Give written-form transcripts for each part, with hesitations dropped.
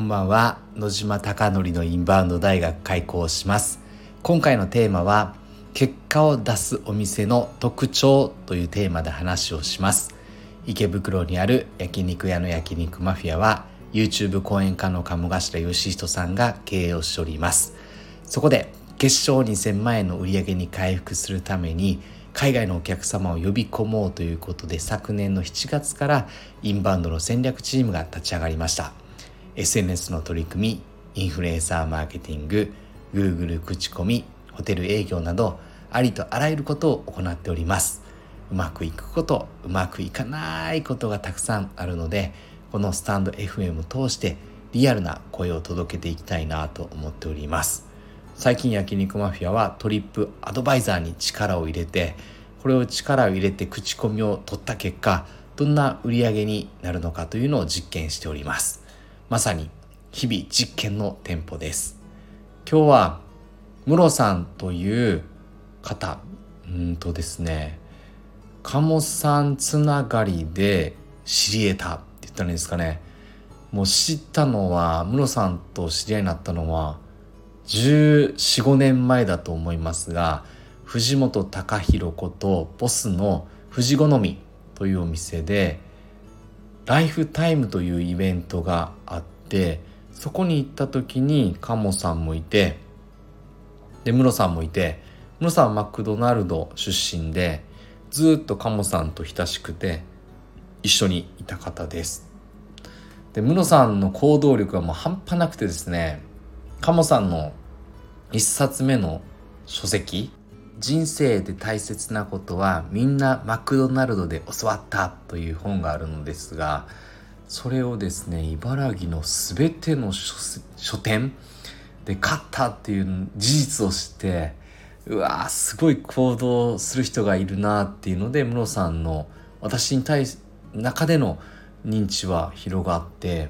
こんばんは。野島貴則のインバウンド大学開講します。今回のテーマは結果を出すお店の特徴というテーマで話をします。池袋にある焼肉屋の焼肉マフィアは YouTube 講演家の鴨頭義人さんが経営をしております。そこで月商2000万円の売り上げに回復するために海外のお客様を呼び込もうということで、昨年の7月からインバウンドの戦略チームが立ち上がりました。 SNS の取り組み、インフルエンサーマーケティング、 Google 口コミ、ホテル営業などありとあらゆることを行っております。うまくいくこと、うまくいかないことがたくさんあるので、このスタンド FM を通してリアルな声を届けていきたいなと思っております。最近焼肉マフィアはトリップアドバイザーに力を入れて、力を入れて口コミを取った結果、どんな売り上げになるのかというのを実験しております。まさに日々実験の店舗です。今日はムロさんという方ですね、鴨さんつながりで知り得たって言ったらいいんですかね。もう知ったのは、ムロさんと知り合いになったのは14、15年前だと思いますが、藤本隆弘ことボスの藤好みというお店でライフタイムというイベントがあって、そこに行った時に鴨さんもいて、でムロさんもいて、ムロさんはマクドナルド出身でずっと鴨さんと親しくて一緒にいた方です。でムロさんの行動力がもう半端なくてですね、鴨さんの一冊目の書籍、人生で大切なことはみんなマクドナルドで教わったという本があるのですが、それをですね、茨城のすべての書店で買ったっていう事実を知って、うわーすごい行動する人がいるなっていうので、ムロさんの私に対して中での認知は広がって、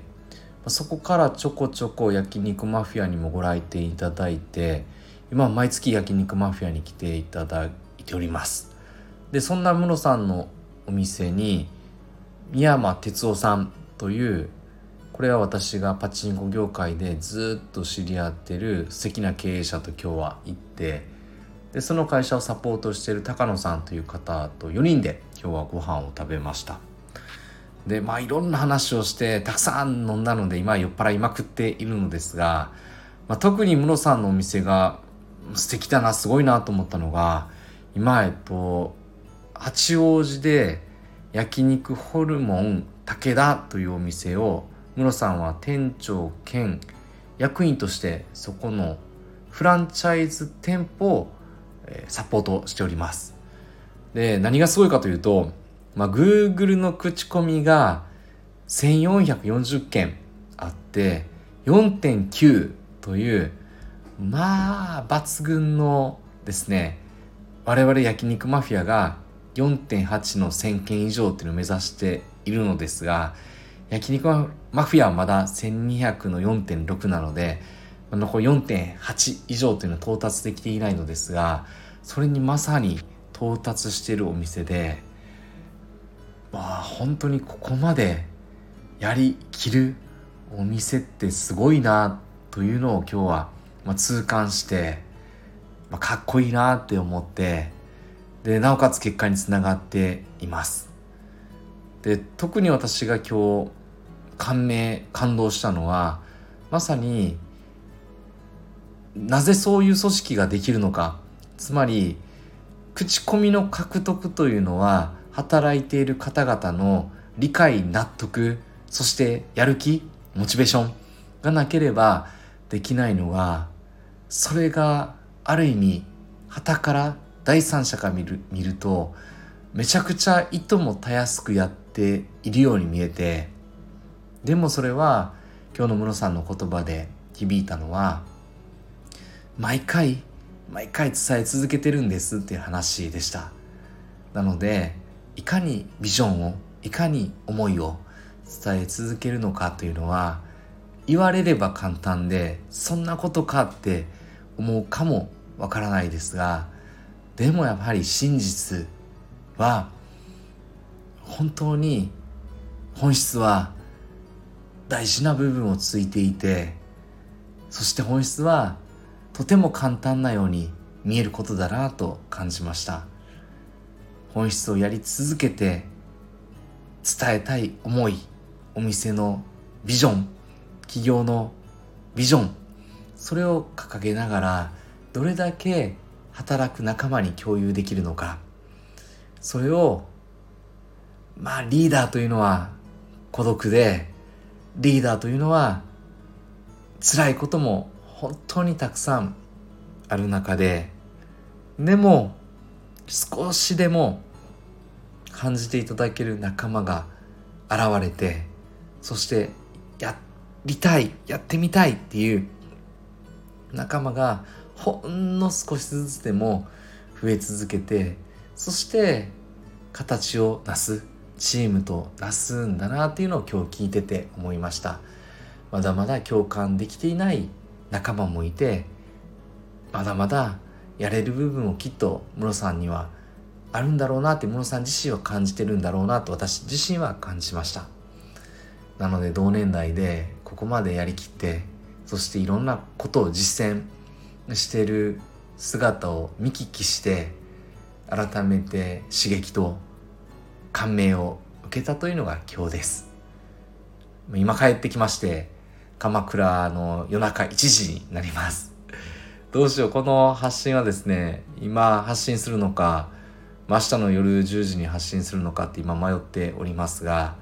そこからちょこちょこ焼肉マフィアにもご来店いただいて、今毎月焼肉マフィアに来ていただいております。でそんなムロさんのお店に三山哲夫さんという、これは私がパチンコ業界でずっと知り合ってる素敵な経営者と今日は行って、でその会社をサポートしている高野さんという方と4人で今日はご飯を食べました。でいろんな話をしてたくさん飲んだので今酔っ払いまくっているのですが、特にムロさんのお店が素敵だな、すごいなと思ったのが、今八王子で焼肉ホルモン武田というお店をムロさんは店長兼役員としてそこのフランチャイズ店舗をサポートしております。で何がすごいかというと、Google の口コミが1440件あって4.9 という抜群のですね、我々焼肉マフィアが 4.8 の1000件以上っていうのを目指しているのですが、焼肉マフィアはまだ1200の 4.6 なので、残り 4.8 以上というのは到達できていないのですが、それにまさに到達しているお店で、本当にここまでやりきるお店ってすごいなというのを今日は痛感して、かっこいいなって思って、でなおかつ結果につながっています。で特に私が今日感動したのは、まさになぜそういう組織ができるのか、つまり口コミの獲得というのは働いている方々の理解、納得、そしてやる気、モチベーションがなければできないのが、それがある意味傍から第三者から見るとめちゃくちゃいともたやすくやっているように見えて、でもそれは今日のムロさんの言葉で響いたのは、毎回伝え続けてるんですっていう話でした。なのでいかにビジョンを、いかに思いを伝え続けるのかというのは、言われれば簡単でそんなことかって思うかもわからないですが、でもやはり真実は、本当に本質は大事な部分をついていて、そして本質はとても簡単なように見えることだなと感じました。本質をやり続けて伝えたい思い、お店のビジョン、企業のビジョン、それを掲げながらどれだけ働く仲間に共有できるのか、それをリーダーというのは孤独で、リーダーというのは辛いことも本当にたくさんある中で、でも少しでも感じていただける仲間が現れて、そしてやりたい、やってみたいっていう仲間がほんの少しずつでも増え続けて、そして形をなすチームとなすんだなっていうのを今日聞いてて思いました。まだまだ共感できていない仲間もいて、まだまだやれる部分をきっと室さんにはあるんだろうなって、室さん自身は感じてるんだろうなと私自身は感じました。なので同年代でここまでやりきって、そしていろんなことを実践している姿を見聞きして、改めて刺激と感銘を受けたというのが今日です。今帰ってきまして、鎌倉の夜中1時になります。どうしよう、この発信はですね、今発信するのか、明日の夜10時に発信するのかって今迷っておりますが、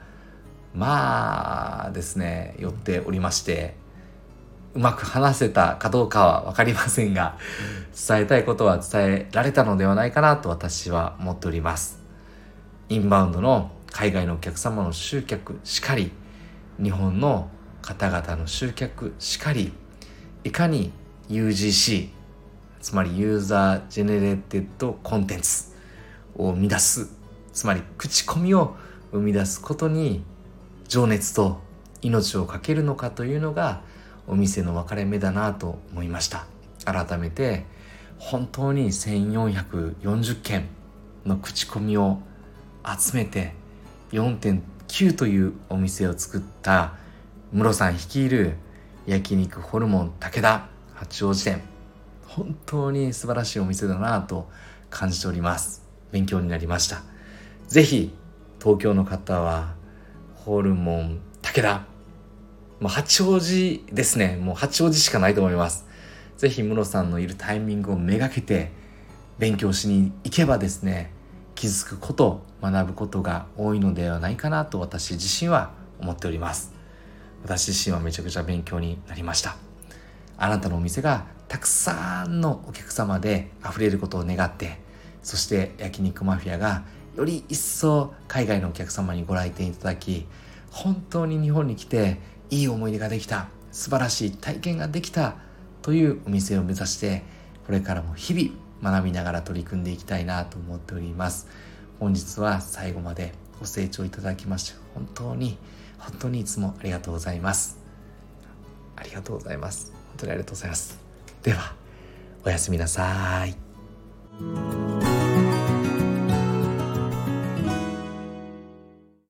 ですね、寄っておりまして、うまく話せたかどうかは分かりませんが、伝えたいことは伝えられたのではないかなと私は思っております。インバウンドの海外のお客様の集客しかり、日本の方々の集客しかり、いかに UGC、 つまりユーザージェネレーテッドコンテンツを生み出す、つまり口コミを生み出すことに情熱と命をかけるのかというのがお店の分かれ目だなと思いました。改めて本当に1440件の口コミを集めて 4.9 というお店を作った室さん率いる焼肉ホルモン武田八王子店、本当に素晴らしいお店だなと感じております。勉強になりました。ぜひ東京の方はホルモン武田、八王子ですね、もう八王子しかないと思います。ぜひ室さんのいるタイミングをめがけて勉強しに行けばですね、気づくこと、学ぶことが多いのではないかなと私自身は思っております。私自身はめちゃくちゃ勉強になりました。あなたのお店がたくさんのお客様で溢れることを願って、そして焼肉マフィアがより一層海外のお客様にご来店いただき、本当に日本に来ていい思い出ができた、素晴らしい体験ができたというお店を目指して、これからも日々学びながら取り組んでいきたいなと思っております。本日は最後までご清聴いただきまして本当にいつもありがとうございます。ありがとうございます。本当にありがとうございます。ではおやすみなさい。